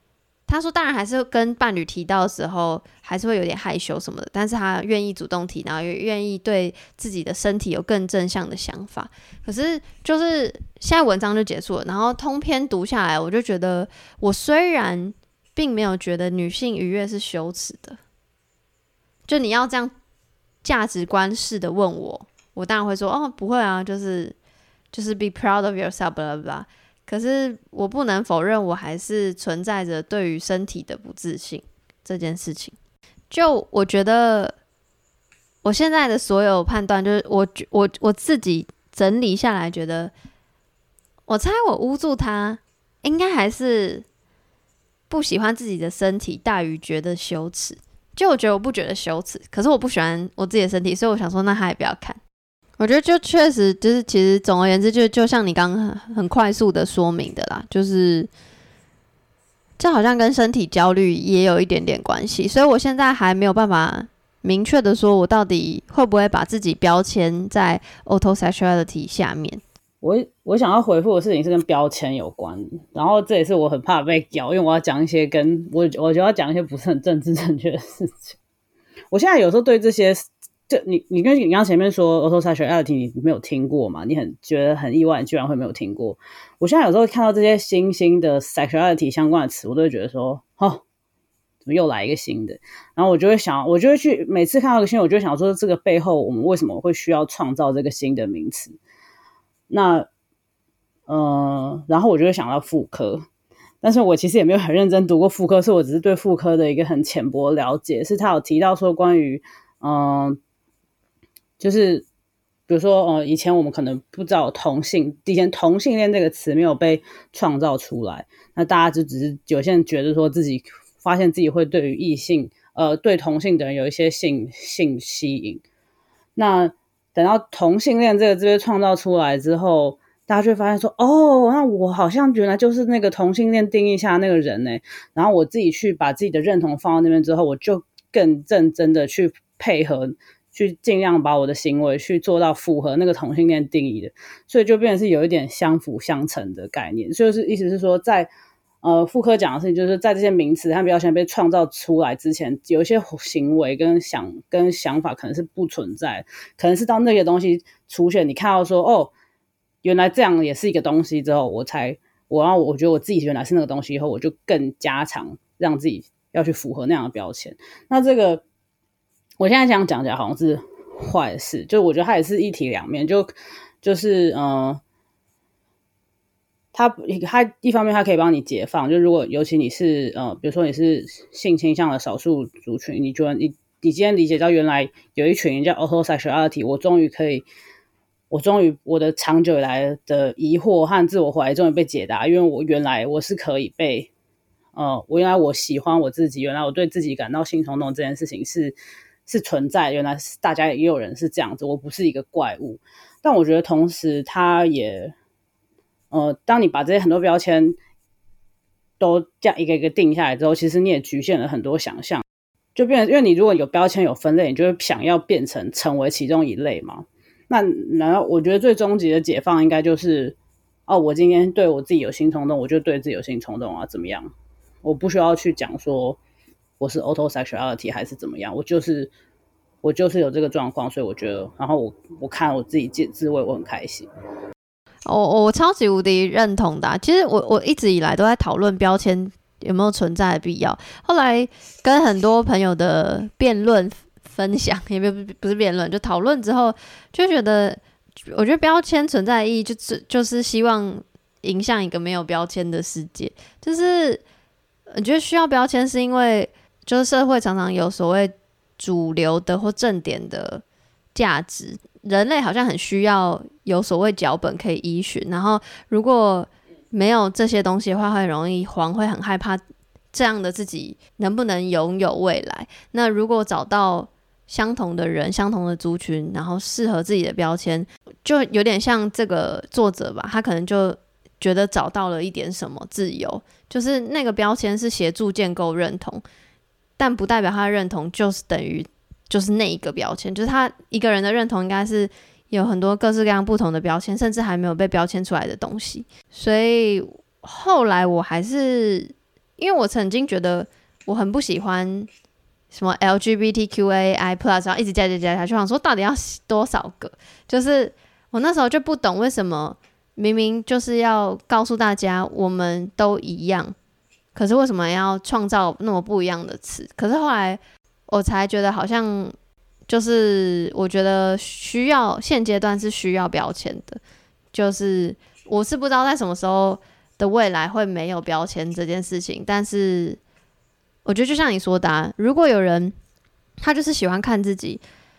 他说当然还是跟伴侣提到的时候还是会有点害羞什么的，但是他愿意主动提，然后也愿意对自己的身体有更正向的想法。可是就是现在文章就结束了，然后通篇读下来，我就觉得我虽然并没有觉得女性愉悦是羞耻的，就你要这样价值观式的问我，我当然会说哦不会啊，就是 be proud of yourself blah blah blah。可是我不能否认，我还是存在着对于身体的不自信这件事情。就我觉得我现在的所有判断，就是我自己整理下来，觉得我猜我捂住它，应该还是不喜欢自己的身体大于觉得羞耻。就我觉得我不觉得羞耻，可是我不喜欢我自己的身体，所以我想说那他也不要看。我觉得就确实就是其实总而言之就像你刚刚很快速的说明的啦，就是这好像跟身体焦虑也有一点点关系，所以我现在还没有办法明确的说我到底会不会把自己标签在 autosexuality 下面。 我想要回复的事情是跟标签有关，然后这也是我很怕被咬，因为我要讲一些我就要讲一些不是很政治正确的事情。我现在有时候对这些，就你跟你刚前面说 autosexuality 你没有听过嘛，你觉得很意外，你居然会没有听过。我现在有时候看到这些新兴的 sexuality 相关的词，我都会觉得说怎么又来一个新的，然后我就会去每次看到一个新的，我就会想说这个背后我们为什么会需要创造这个新的名词。那然后我就会想到妇科，但是我其实也没有很认真读过妇科，是我只是对妇科的一个很浅薄的了解，是他有提到说关于就是比如说以前我们可能不知道以前同性恋这个词没有被创造出来，那大家就只是有些人觉得说自己发现自己会对于异性对同性的人有一些性吸引，那等到同性恋这个字被创造出来之后，大家就会发现说那我好像原来就是那个同性恋定义下那个人欸，然后我自己去把自己的认同放到那边之后，我就更认真的去配合，去尽量把我的行为去做到符合那个同性恋定义的，所以就变成是有一点相辅相成的概念。所以意思是说在妇科讲的事情，就是在这些名词和标签被创造出来之前，有一些行为跟想法可能是不存在，可能是到那个东西出现，你看到说原来这样也是一个东西之后，我觉得我自己原来是那个东西以后，我就更加强让自己要去符合那样的标签。那这个我现在讲起来好像是坏的事，就我觉得它也是一体两面，就是它一方面它可以帮你解放，就如果尤其你是比如说你是性倾向的少数族群，你觉得你今天理解到原来有一群人叫 autosexuality， 我终于我的长久以来的疑惑和自我怀疑终于被解答，因为我原来我是可以被原来我喜欢我自己，原来我对自己感到性冲动这件事情是存在，原来大家也有人是这样子，我不是一个怪物。但我觉得同时它也当你把这些很多标签都这样一个一个定下来之后，其实你也局限了很多想象，就变成因为你如果有标签有分类，你就会想要成为其中一类嘛。那然后我觉得最终极的解放应该就是我今天对我自己有性冲动，我就对自己有性冲动啊，怎么样？我不需要去讲说我是 autosexuality 还是怎么样，我就是有这个状况，所以我觉得，然后我看我自己自慰，我很开心。 我超级无敌认同的其实我一直以来都在讨论标签有没有存在的必要，后来跟很多朋友的辩论分享，也不是辩论，就讨论之后，就觉得我觉得标签存在的意义就是希望迎向一个没有标签的世界。就是我觉得需要标签是因为就是社会常常有所谓主流的或正点的价值，人类好像很需要有所谓脚本可以依循，然后如果没有这些东西的话，会容易慌，会很害怕这样的自己能不能拥有未来。那如果找到相同的人，相同的族群，然后适合自己的标签，就有点像这个作者吧，他可能就觉得找到了一点什么自由，就是那个标签是协助建构认同，但不代表他的认同就是等于就是那一个标签，就是他一个人的认同应该是有很多各式各样不同的标签，甚至还没有被标签出来的东西。所以后来我还是因为我曾经觉得我很不喜欢什么 LGBTQAI+，然后一直加下去，想说到底要多少个？就是我那时候就不懂为什么明明就是要告诉大家我们都一样，可是为什么要创造那么不一样的词？可是后来我才觉得好像就是我觉得需要现阶段是需要标签的，就是我是不知道在什么时候的未来会没有标签这件事情，但是我觉得就像你说的啊，如果有人他就是喜欢看自己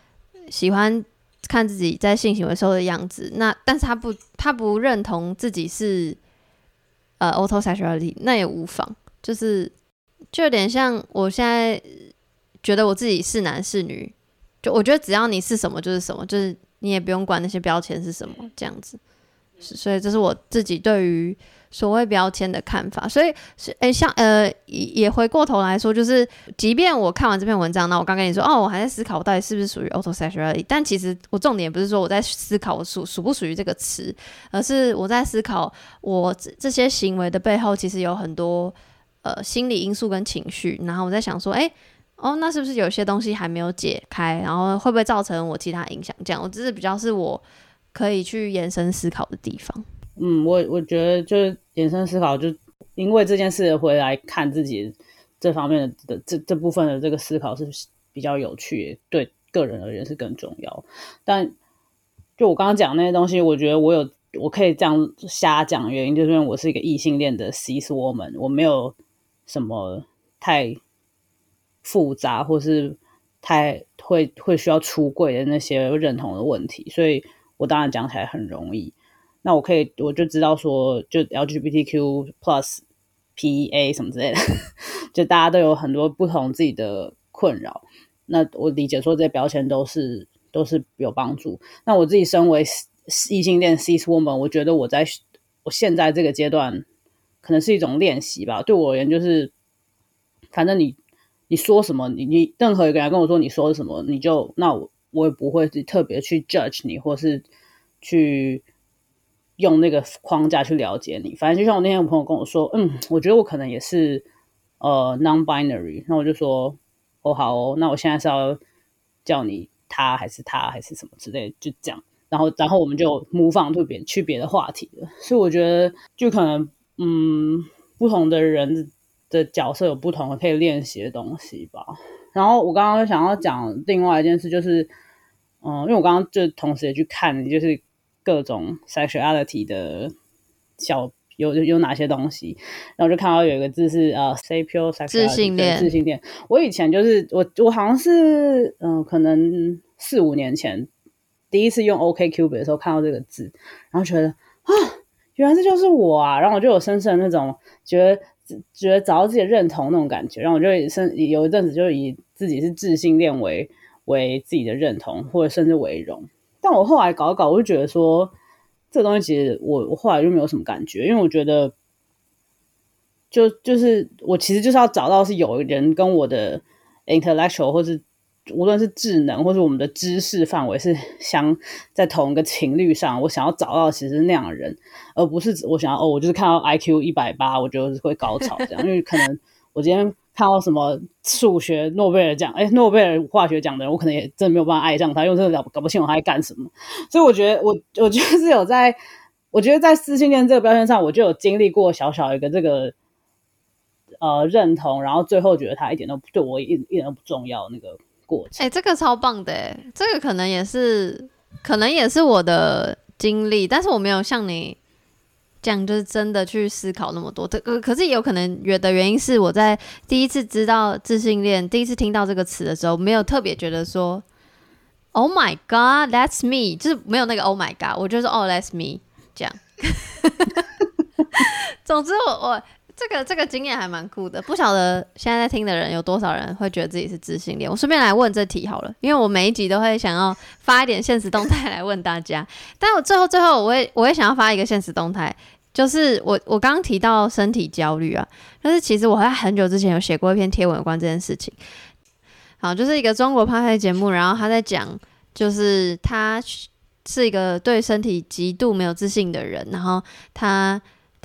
在性行为时候的样子，那但是他不认同自己是autosexuality， 那也无妨，就有点像我现在觉得我自己是男是女，就我觉得只要你是什么就是什么，就是你也不用管那些标签是什么这样子。所以这是我自己对于所谓标签的看法。所以也回过头来说，就是即便我看完这篇文章，那我刚跟你说我还在思考我到底是不是属于 autosexuality， 但其实我重点不是说我在思考我属不属于这个词，而是我在思考我这些行为的背后其实有很多心理因素跟情绪，然后我在想说那是不是有些东西还没有解开，然后会不会造成我其他影响，这样我这是比较是我可以去延伸思考的地方。 我觉得就是延伸思考，就因为这件事回来看自己这方面的这部分的这个思考是比较有趣的，对个人而言是更重要。但就我刚刚讲那些东西，我觉得我可以这样瞎讲，原因就是因为我是一个异性恋的 cis woman， 我没有什么太复杂或是太会需要出柜的那些认同的问题，所以我当然讲起来很容易。那我就知道说，就 LGBTQ+ PA 什么之类的，就大家都有很多不同自己的困扰。那我理解说这些标签都是有帮助。那我自己身为异性恋 cis woman， 我觉得我现在这个阶段可能是一种练习吧。对我而言，就是反正你说什么，你任何一个人跟我说你说什么，那我也不会特别去 judge 你，或是去用那个框架去了解你。反正就像我那天有朋友跟我说，我觉得我可能也是non-binary， 那我就说好那我现在是要叫你他还是什么之类的，就这样。然后我们就 move on 去别的话题了。所以我觉得就可能不同的人的角色有不同的可以练习的东西吧。然后我刚刚想要讲另外一件事，就是因为我刚刚就同时也去看就是各种 sexuality 的有哪些东西，然后就看到有一个字是sapiosexuality， 自性恋。我以前就是我好像是可能4-5年前第一次用 OkCupid 的时候看到这个字，然后觉得原来这就是我啊，然后我就有深深的那种觉得找到自己的认同那种感觉，然后我就有一阵子就以自己是自性恋为自己的认同，或者甚至为荣。但我后来搞一搞，我就觉得说这个东西其实我后来就没有什么感觉，因为我觉得就是我其实就是要找到是有人跟我的 intellectual 或是无论是智能或是我们的知识范围是在同一个情侣上，我想要找到其实是那样的人，而不是我想要我就是看到 IQ 180我就会高潮这样。因为可能我今天看到什么数学诺贝尔奖诺贝尔化学奖的人，我可能也真的没有办法爱上他，因为真的搞不清楚他在干什么。所以我觉得我就是有我觉得在自性恋这个标签上，我就有经历过小小一个这个认同，然后最后觉得他一点都对我一点都不重要那个过程。 这个超棒的这个可能也是我的经历，但是我没有像你这样就是真的去思考那么多。可是也有可能的原因是我在第一次知道自性恋，第一次听到这个词的时候，没有特别觉得说 Oh my God that's me， 就是没有那个 Oh my God， 我就说that's me 这样总之我这个经验还蛮酷的，不晓得现在在听的人有多少人会觉得自己是自性恋。我顺便来问这题好了，因为我每一集都会想要发一点限时动态来问大家，但我最后我也想要发一个限时动态，就是我刚刚提到身体焦虑啊，但是其实我在很久之前有写过一篇贴文有关这件事情。好，就是一个中国 podcast 节目，然后他在讲，就是他是一个对身体极度没有自信的人，然后他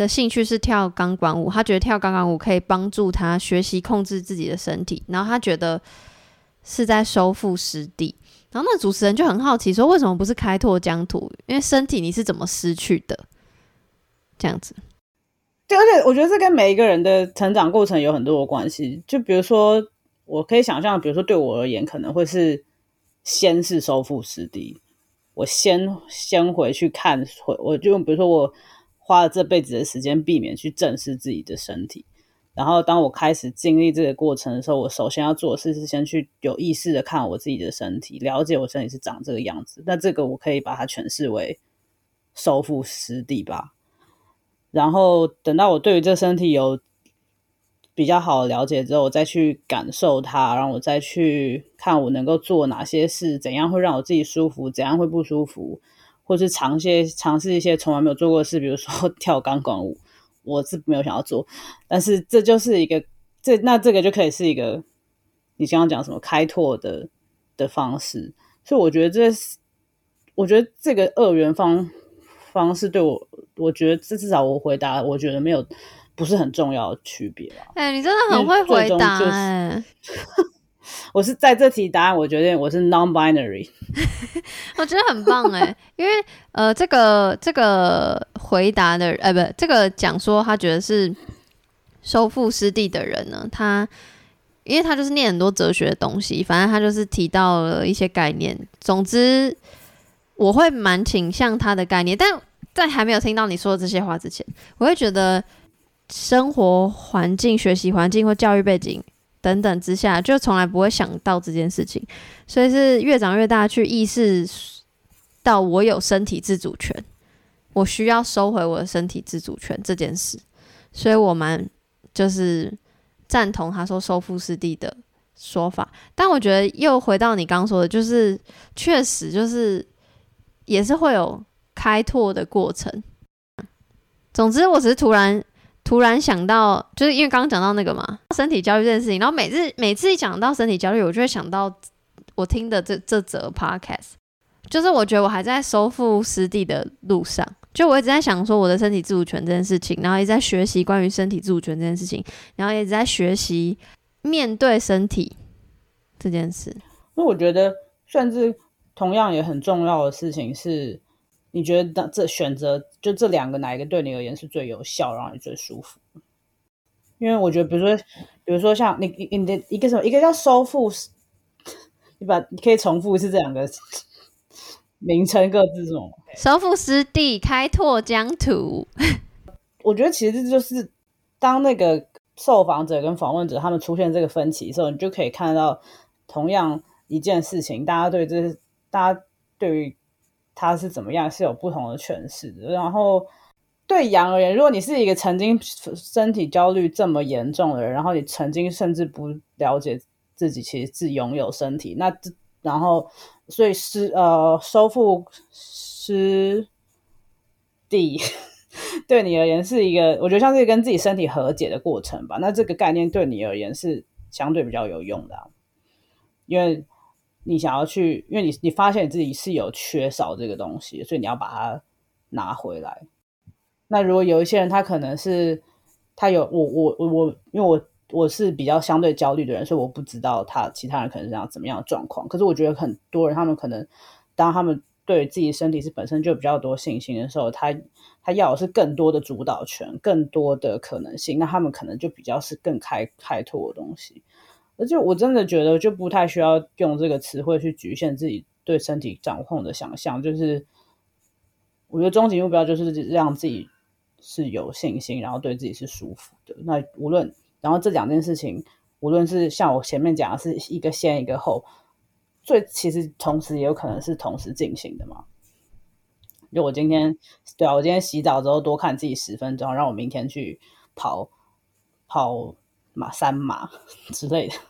的兴趣是跳钢管舞，他觉得跳钢管舞可以帮助他学习控制自己的身体，然后他觉得是在收复失地。然后那主持人就很好奇说，为什么不是开拓疆土？因为身体你是怎么失去的？这样子。 对，而且我觉得这跟每一个人的成长过程有很多的关系。就比如说，我可以想象，比如说对我而言，可能会是先是收复失地，我先回去看，我就比如说我花了这辈子的时间避免去正视自己的身体，然后当我开始经历这个过程的时候，我首先要做的事是先去有意识的看我自己的身体，了解我身体是长这个样子。那这个我可以把它诠释为收复失地吧。然后等到我对于这身体有比较好的了解之后，我再去感受它，然后我再去看我能够做哪些事，怎样会让我自己舒服，怎样会不舒服，或是尝试一些从来没有做过的事，比如说跳钢管舞，我是没有想要做，但是这就是一个这个就可以是一个你刚刚讲什么开拓的方式。所以我觉得这个二元方式对我觉得至少我回答，我觉得没有不是很重要的区别吧。 你真的很会回答我是在这题答案，我觉得我是 non-binary 我觉得很棒因为这个回答的不，这个讲说他觉得是收复失地的人呢，因为他就是念很多哲学的东西，反正他就是提到了一些概念。总之我会蛮倾向他的概念，但在还没有听到你说的这些话之前，我会觉得生活环境、学习环境或教育背景等等之下，就从来不会想到这件事情，所以是越长越大去意识到我有身体自主权，我需要收回我的身体自主权这件事，所以我蛮就是赞同他说收复失地的说法。但我觉得又回到你刚刚说的，就是确实就是也是会有开拓的过程。总之我只是突然想到，就是因为刚刚讲到那个嘛，身体焦虑这件事情，然后每次一讲到身体焦虑，我就会想到我听的这则 podcast， 就是我觉得我还在收复失地的路上，就我一直在想说我的身体自主权这件事情，然后一直在学习关于身体自主权这件事情，然后也一直在学习面对身体这件事。 那我觉得甚至同样也很重要的事情是，你觉得这选择就这两个哪一个对你而言是最有效，让你最舒服？因为我觉得比如说像你的一个什么，一个叫收复，你可以重复一次这两个名称各自这种收复失地，开拓疆土。 我觉得其实就是当那个受访者跟访问者他们出现这个分歧的时候，你就可以看到同样一件事情，大家对于它是怎么样是有不同的诠释的。然后对杨而言，如果你是一个曾经身体焦虑这么严重的人，然后你曾经甚至不了解自己其实是拥有身体，然后所以收复失地对你而言是一个，我觉得像是跟自己身体和解的过程吧。那这个概念对你而言是相对比较有用的因为你想要去，因为你发现你自己是有缺少这个东西，所以你要把它拿回来。那如果有一些人，他可能是他有因为我是比较相对焦虑的人，所以我不知道其他人可能是这样怎么样的状况。可是我觉得很多人他们可能当他们对自己身体是本身就比较多信心的时候，他要的是更多的主导权，更多的可能性，那他们可能就比较是更开拓的东西。而且我真的觉得就不太需要用这个词汇去局限自己对身体掌控的想象，就是我觉得终极目标就是让自己是有信心，然后对自己是舒服的。那然后这两件事情，无论是像我前面讲的是一个先一个后，其实同时也有可能是同时进行的嘛。就我今天洗澡之后多看自己10分钟，让我明天去跑3马之类的。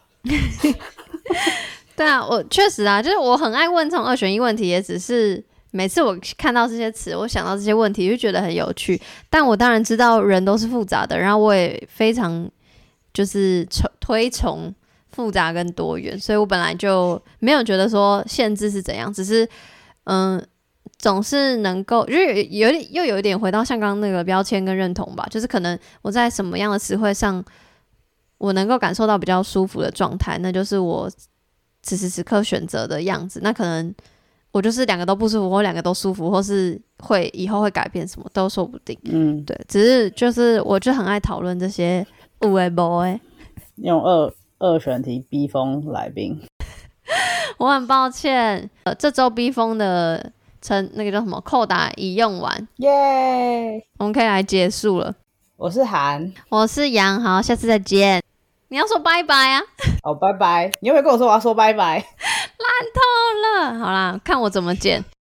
对啊，我确实就是我很爱问这种2选1问题，也只是每次我看到这些词，我想到这些问题就觉得很有趣。但我当然知道人都是复杂的，然后我也非常就是推崇复杂跟多元，所以我本来就没有觉得说限制是怎样，只是总是能够，就是又有一点回到像刚刚那个标签跟认同吧，就是可能我在什么样的词汇上，我能够感受到比较舒服的状态，那就是我此时此刻选择的样子。那可能我就是两个都不舒服，或两个都舒服，或是以后会改变什么都说不定。对，只是就是我就很爱讨论这些有的没的， 用二选题逼疯来宾。 我很抱歉，这周逼疯的那个叫什么扣打已用完， 耶！ 我们可以来结束了。 我是韩， 我是杨，好，下次再见。你要说拜拜啊？ 哦，拜拜！你有没有跟我说我要说拜拜？ 烂透了，好啦，看我怎么剪。